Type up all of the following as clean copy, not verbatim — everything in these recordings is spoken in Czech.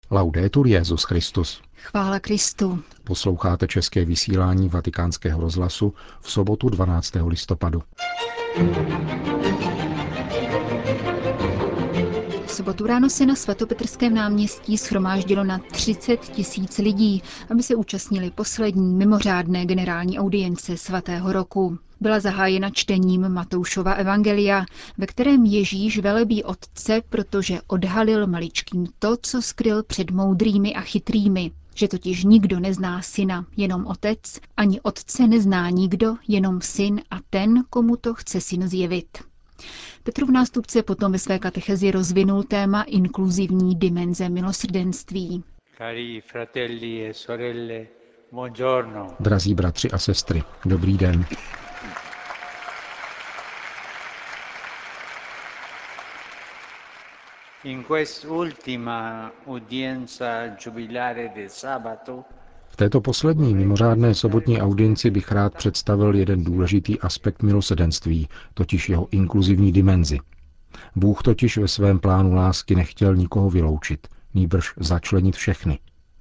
Laudetur Jesus Christus. Chvála Kristu. Posloucháte české vysílání Vatikánského rozhlasu v sobotu 12. listopadu. V sobotu ráno se na svatopetrském náměstí shromáždilo na 30 000 lidí, aby se účastnili poslední mimořádné generální audience svatého roku. Byla zahájena čtením Matoušova evangelia, ve kterém Ježíš velebí Otce, protože odhalil maličkým to, co skryl před moudrými a chytrými, že totiž nikdo nezná syna, jenom Otec, ani Otce nezná nikdo, jenom syn a ten, komu to chce syn zjevit. Petrův nástupce potom ve své katechezi rozvinul téma inkluzivní dimenze milosrdenství. Cari fratelli e sorelle, buongiorno. Drazí bratři a sestry, dobrý den. In quest'ultima udienza giubilare del sabato V této poslední mimořádné sobotní audienci bych rád představil jeden důležitý aspekt milosrdenství, totiž jeho inkluzivní dimenzi. Bůh totiž ve svém plánu lásky nechtěl nikoho vyloučit, nýbrž začlenit všechny.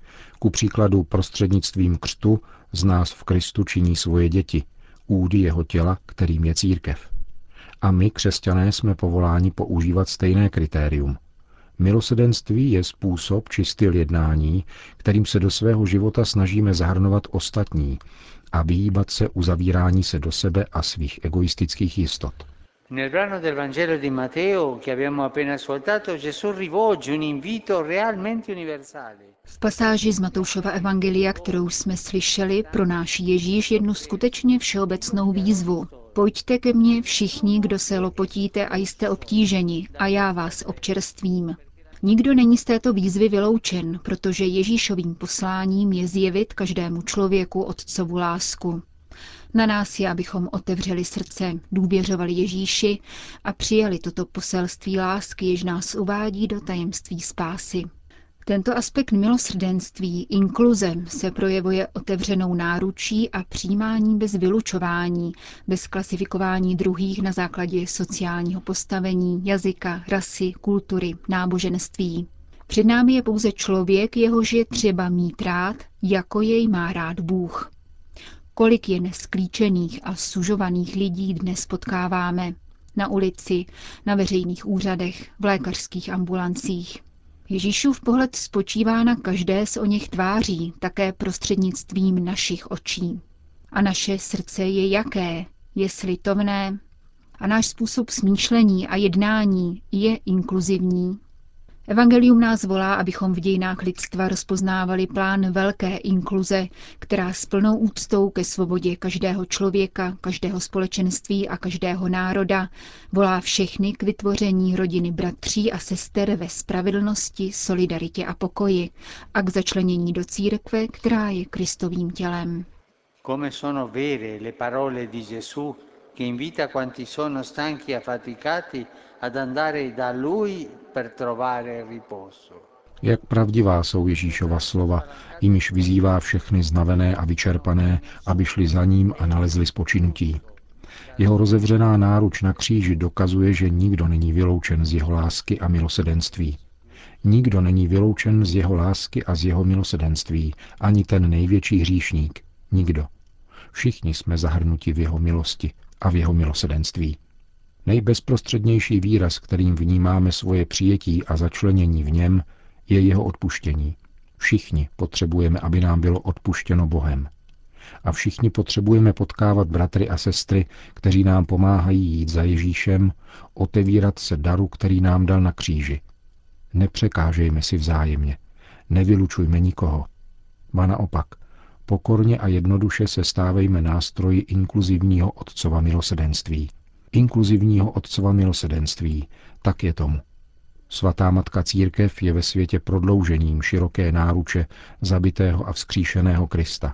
Ku příkladu prostřednictvím křtu z nás v Kristu činí svoje děti, údy jeho těla, kterým je církev. A my, křesťané, jsme povoláni používat stejné kritérium. Milosrdenství je způsob či styl jednání, kterým se do svého života snažíme zahrnovat ostatní a vyhýbat se uzavírání se do sebe a svých egoistických jistot. Nel brano del Vangelo di Matteo che abbiamo appena ascoltato, Gesù rivolge un invito realmente universale. V pasáži z Matoušova evangelia, kterou jsme slyšeli, pronáší Ježíš jednu skutečně všeobecnou výzvu. Pojďte ke mně všichni, kdo se lopotíte a jste obtíženi, a já vás občerstvím. Nikdo není z této výzvy vyloučen, protože Ježíšovým posláním je zjevit každému člověku Otcovu lásku. Na nás je, abychom otevřeli srdce, důvěřovali Ježíši a přijali toto poselství lásky, jež nás uvádí do tajemství spásy. Tento aspekt milosrdenství, inkluze, se projevuje otevřenou náručí a přijímáním bez vylučování, bez klasifikování druhých na základě sociálního postavení, jazyka, rasy, kultury, náboženství. Před námi je pouze člověk, jehož je třeba mít rád, jako jej má rád Bůh. Kolik je nesklíčených a sužovaných lidí dnes potkáváme na ulici, na veřejných úřadech, v lékařských ambulancích. Ježíšův pohled spočívá na každé z oněch tváří, také prostřednictvím našich očí. A naše srdce je jaké? Je slitovné? A náš způsob smýšlení a jednání je inkluzivní? Evangelium nás volá, abychom v dějinách lidstva rozpoznávali plán velké inkluze, která s plnou úctou ke svobodě každého člověka, každého společenství a každého národa volá všechny k vytvoření rodiny bratří a sester ve spravedlnosti, solidaritě a pokoji a k začlenění do církve, která je Kristovým tělem. Come sono vere le parole di Gesù che invita quanti sono stanchi e affaticati ad andare da lui per trovare riposo. Jak pravdivá jsou Ježíšova slova, jimiž vyzývá všechny znavené a vyčerpané, aby šli za ním a nalezli spočinutí. Jeho rozevřená náruč na kříži dokazuje, že nikdo není vyloučen z jeho lásky a milosrdenství. Nikdo není vyloučen z jeho lásky a z jeho milosrdenství, ani ten největší hříšník. Nikdo. Všichni jsme zahrnuti v jeho milosti a v jeho milosrdenství. Nejbezprostřednější výraz, kterým vnímáme svoje přijetí a začlenění v něm, je jeho odpuštění. Všichni potřebujeme, aby nám bylo odpuštěno Bohem. A všichni potřebujeme potkávat bratry a sestry, kteří nám pomáhají jít za Ježíšem, otevírat se daru, který nám dal na kříži. Nepřekážejme si vzájemně, nevylučujme nikoho. Ba naopak, pokorně a jednoduše se stávejme nástroji inkluzivního Otcova milosrdenství. Inkluzivního Otcova milosrdenství, tak je tomu. Svatá Matka Církev je ve světě prodloužením široké náruče zabitého a vzkříšeného Krista.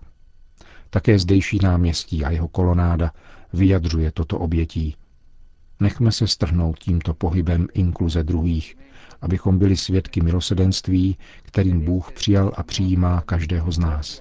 Také zdejší náměstí a jeho kolonáda vyjadřuje toto obětí. Nechme se strhnout tímto pohybem inkluze druhých, abychom byli svědky milosrdenství, kterým Bůh přijal a přijímá každého z nás.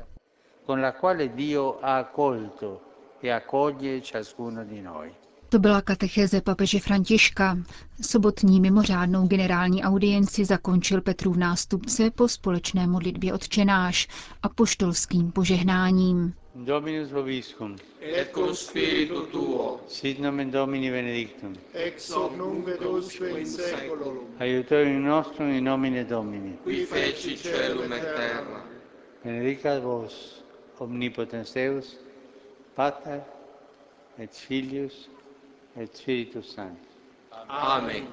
To byla katecheze papeže Františka. Sobotní mimořádnou generální audienci zakončil Petrův nástupce po společné modlitbě Otčenáš apoštolským požehnáním. Dominus vobiscum. Et cum spiritu tuo. Sit nomen Domini benedictum. Ex hoc nunc et usque in saeculum. Aiutorium nostrum in nomine Domini. Qui feci caelum et terra. Benedicat vos, omnipotens Deus, Pater et Filius et Spiritus Sanctus. Amen.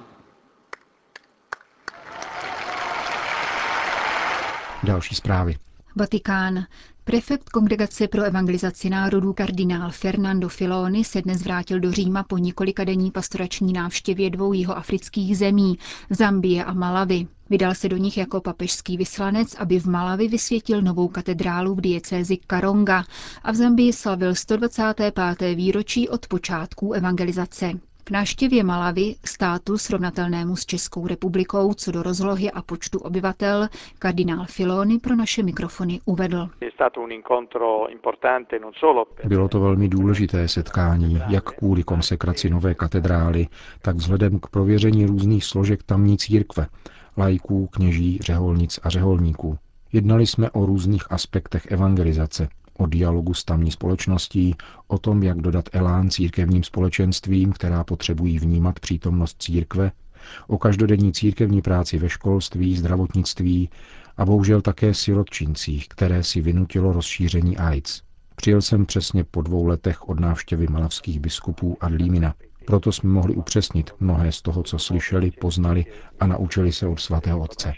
Další zprávy. Vatikán. Prefekt Kongregace pro evangelizaci národů kardinál Fernando Filoni se dnes vrátil do Říma po několikadenní pastorační návštěvě 2 jihoafrických zemí, Zambie a Malawi. Vydal se do nich jako papežský vyslanec, aby v Malawi vysvětil novou katedrálu v diecézi Karonga a v Zambii slavil 125. výročí od počátků evangelizace. K návštěvě Malawi, státu srovnatelnému s Českou republikou co do rozlohy a počtu obyvatel, kardinál Filoni pro naše mikrofony uvedl. Bylo to velmi důležité setkání, jak kvůli konsekraci nové katedrály, tak vzhledem k prověření různých složek tamní církve, laiků, kněží, řeholnic a řeholníků. Jednali jsme o různých aspektech evangelizace, o dialogu s tamní společností, o tom, jak dodat elán církevním společenstvím, která potřebují vnímat přítomnost církve, o každodenní církevní práci ve školství, zdravotnictví a bohužel také sirotčincích, které si vynutilo rozšíření AIDS. Přijel jsem přesně po 2 letech od návštěvy malavských biskupů a Límina. Proto jsme mohli upřesnit mnohé z toho, co slyšeli, poznali a naučili se od svatého otce.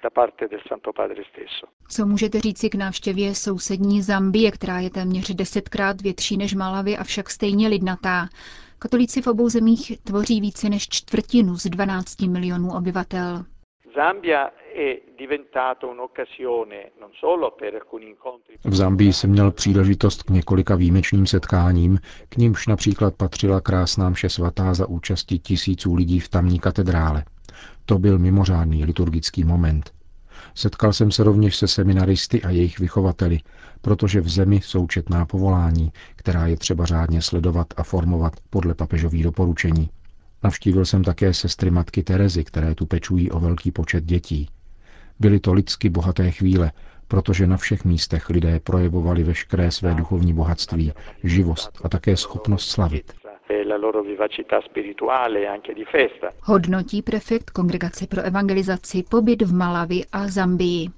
Co můžete říci k návštěvě sousední Zambie, která je téměř 10krát větší než Malawi, avšak stejně lidnatá? Katolíci v obou zemích tvoří více než čtvrtinu z 12 milionů obyvatel. V Zambii jsem měl příležitost k několika výjimečným setkáním, k nimž například patřila krásná mše svatá za účasti tisíců lidí v tamní katedrále. To byl mimořádný liturgický moment. Setkal jsem se rovněž se seminaristy a jejich vychovateli, protože v zemi jsou četná povolání, která je třeba řádně sledovat a formovat podle papežových doporučení. Navštívil jsem také sestry matky Terezy, které tu pečují o velký počet dětí. Byly to lidsky bohaté chvíle, protože na všech místech lidé projevovali veškeré své duchovní bohatství, živost a také schopnost slavit. Hodnotí prefekt Kongregace pro evangelizaci pobyt v Malawi a Zambii.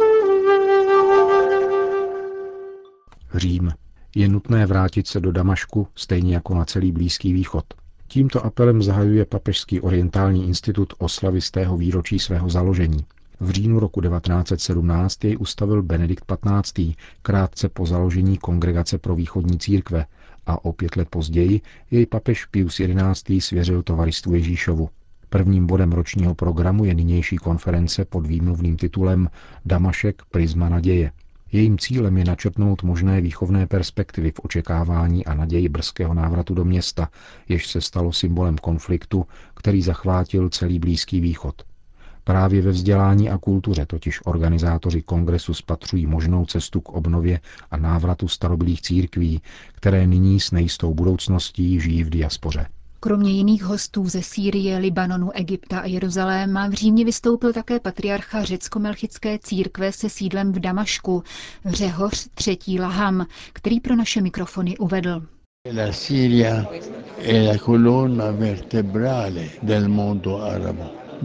Řím. Je nutné vrátit se do Damašku, stejně jako na celý Blízký východ. Tímto apelem zahajuje Papežský orientální institut oslavy 100. výročí svého založení. V říjnu roku 1917 jej ustavil Benedikt XV. Krátce po založení Kongregace pro východní církve a o 5 let později jej papež Pius XI. Svěřil Tovaristvu Ježíšovu. Prvním bodem ročního programu je nynější konference pod výmluvným titulem Damašek prisma naděje. Jejím cílem je načrtnout možné výchovné perspektivy v očekávání a naději brzkého návratu do města, jež se stalo symbolem konfliktu, který zachvátil celý Blízký východ. Právě ve vzdělání a kultuře totiž organizátoři kongresu spatřují možnou cestu k obnově a návratu starobylých církví, které nyní s nejistou budoucností žijí v diaspoře. Kromě jiných hostů ze Sýrie, Libanonu, Egypta a Jeruzaléma v Římě vystoupil také patriarcha řecko-melchické církve se sídlem v Damašku, Řehoř III. Laham, který pro naše mikrofony uvedl. La Siria è la colonna vertebrale del mondo arabo.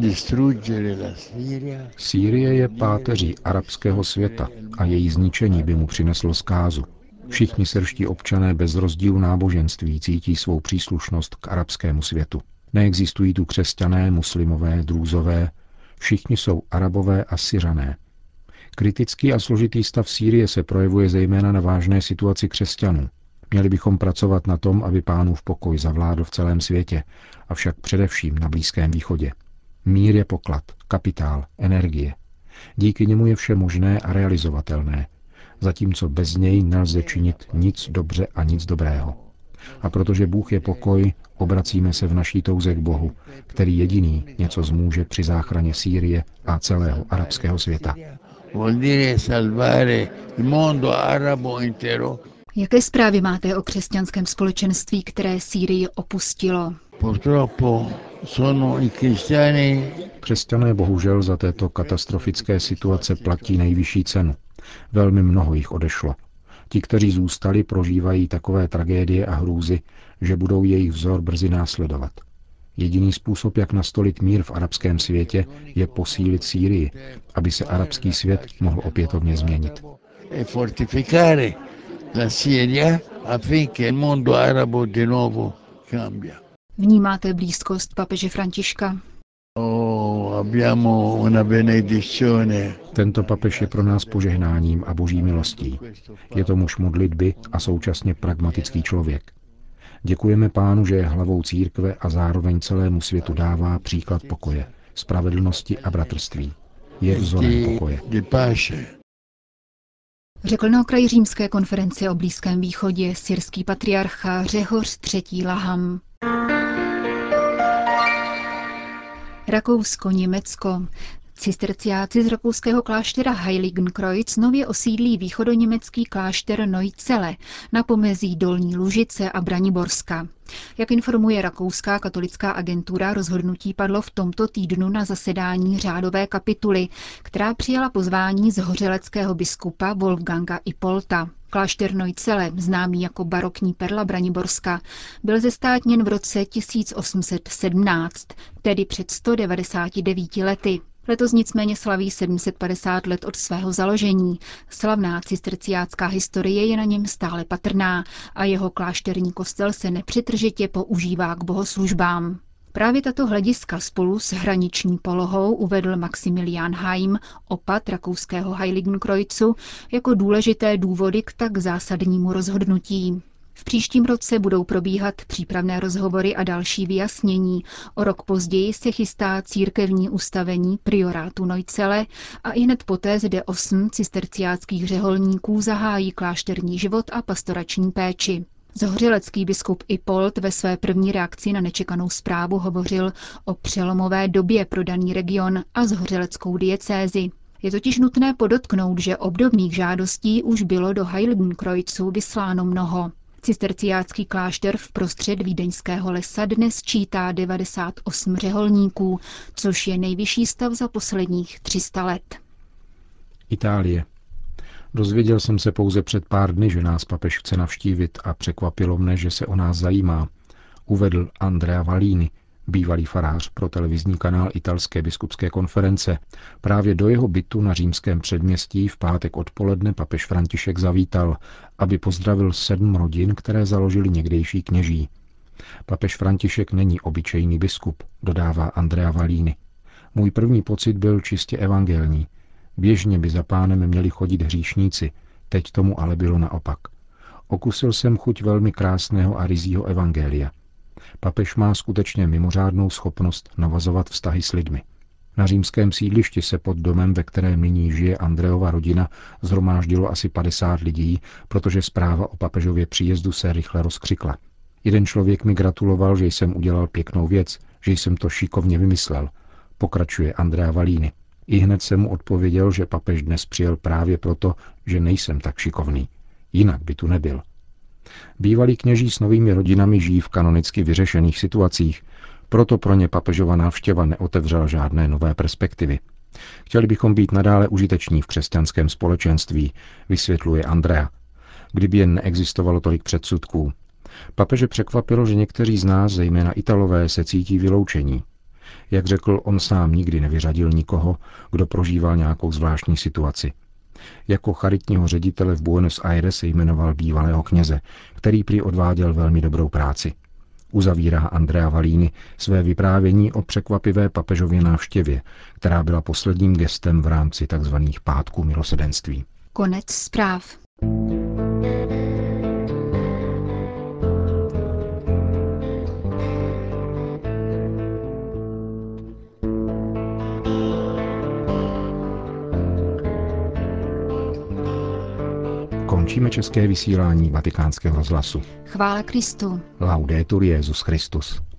Sýrie je páteří arabského světa a její zničení by mu přineslo zkázu. Všichni syrští občané bez rozdílu náboženství cítí svou příslušnost k arabskému světu. Neexistují tu křesťané, muslimové, drúzové, všichni jsou Arabové a Syřané. Kritický a složitý stav Sýrie se projevuje zejména na vážné situaci křesťanů. Měli bychom pracovat na tom, aby Pánův pokoj zavládl v celém světě, avšak především na Blízkém východě. Mír je poklad, kapitál, energie. Díky němu je vše možné a realizovatelné, zatímco bez něj nelze činit nic dobře a nic dobrého. A protože Bůh je pokoj, obracíme se v naší touze k Bohu, který jediný něco zmůže při záchraně Sýrie a celého arabského světa. Jaké zprávy máte o křesťanském společenství, které Sýrii opustilo? Křesťané bohužel za této katastrofické situace platí nejvyšší cenu. Velmi mnoho jich odešlo. Ti, kteří zůstali, prožívají takové tragédie a hrůzy, že budou jejich vzor brzy následovat. Jediný způsob, jak nastolit mír v arabském světě, je posílit Sýrii, aby se arabský svět mohl opětovně změnit. Vnímáte blízkost papeže Františka? Tento papež je pro nás požehnáním a boží milostí. Je to muž modlitby a současně pragmatický člověk. Děkujeme Pánu, že je hlavou církve a zároveň celému světu dává příklad pokoje, spravedlnosti a bratrství. Je vzorem pokoje. Řekl na okraji římské konference o Blízkém východě syrský patriarcha Řehoř III. Laham. Rakousko, Německo. Cisterciáci z rakouského kláštera Heiligenkreuz nově osídlí východoněmecký klášter Neuzelle na pomezí Dolní Lužice a Braniborska. Jak informuje rakouská katolická agentura, rozhodnutí padlo v tomto týdnu na zasedání řádové kapituly, která přijala pozvání z hořeleckého biskupa Wolfganga Ipolta. Klášter Neuzelle, známý jako barokní perla Braniborska, byl zestátněn v roce 1817, tedy před 199 lety. Letos nicméně slaví 750 let od svého založení. Slavná cisterciácká historie je na něm stále patrná a jeho klášterní kostel se nepřetržitě používá k bohoslužbám. Právě tato hlediska spolu s hraniční polohou uvedl Maximilian Heim, opat rakouského Heiligenkreuzu, jako důležité důvody k tak zásadnímu rozhodnutí. V příštím roce budou probíhat přípravné rozhovory a další vyjasnění. O rok později se chystá církevní ustavení priorátu Neuzelle a ihned poté zde 8 cisterciáckých řeholníků zahájí klášterní život a pastorační péči. Zhořelecký biskup Ipolt ve své první reakci na nečekanou zprávu hovořil o přelomové době pro daný region a zhořeleckou diecézi. Je totiž nutné podotknout, že obdobných žádostí už bylo do Heiligenkreuzu vysláno mnoho. Cisterciácký klášter v prostřed vídeňského lesa dnes čítá 98 řeholníků, což je nejvyšší stav za posledních 300 let. Itálie. Dozvěděl jsem se pouze před pár dny, že nás papež chce navštívit a překvapilo mne, že se o nás zajímá, uvedl Andrea Vallini, bývalý farář pro televizní kanál italské biskupské konference. Právě do jeho bytu na římském předměstí v pátek odpoledne papež František zavítal, aby pozdravil 7 rodin, které založili někdejší kněží. Papež František není obyčejný biskup, dodává Andrea Vallini. Můj první pocit byl čistě evangelní. Běžně by za Pánem měli chodit hříšníci, teď tomu ale bylo naopak. Okusil jsem chuť velmi krásného a ryzího evangelia. Papež má skutečně mimořádnou schopnost navazovat vztahy s lidmi. Na římském sídlišti se pod domem, ve kterém nyní žije Andreova rodina, shromáždilo asi 50 lidí, protože zpráva o papežově příjezdu se rychle rozkřikla. Jeden člověk mi gratuloval, že jsem udělal pěknou věc, že jsem to šikovně vymyslel, pokračuje Andrea Vallini. Ihned jsem mu odpověděl, že papež dnes přijel právě proto, že nejsem tak šikovný. Jinak by tu nebyl. Bývalí kněží s novými rodinami žijí v kanonicky vyřešených situacích, proto pro ně papežova návštěva neotevřela žádné nové perspektivy. Chtěli bychom být nadále užiteční v křesťanském společenství, vysvětluje Andrea. Kdyby jen neexistovalo tolik předsudků. Papeže překvapilo, že někteří z nás, zejména Italové, se cítí vyloučení. Jak řekl, on sám nikdy nevyřadil nikoho, kdo prožíval nějakou zvláštní situaci. Jako charitního ředitele v Buenos Aires se jmenoval bývalého kněze, který prý odváděl velmi dobrou práci. Uzavírá Andrea Vallini své vyprávění o překvapivé papežově návštěvě, která byla posledním gestem v rámci tzv. Pátků milosrdenství. Konec zpráv. Končíme české vysílání Vatikánského rozhlasu. Chvála Kristu. Laudetur Jesus Christus.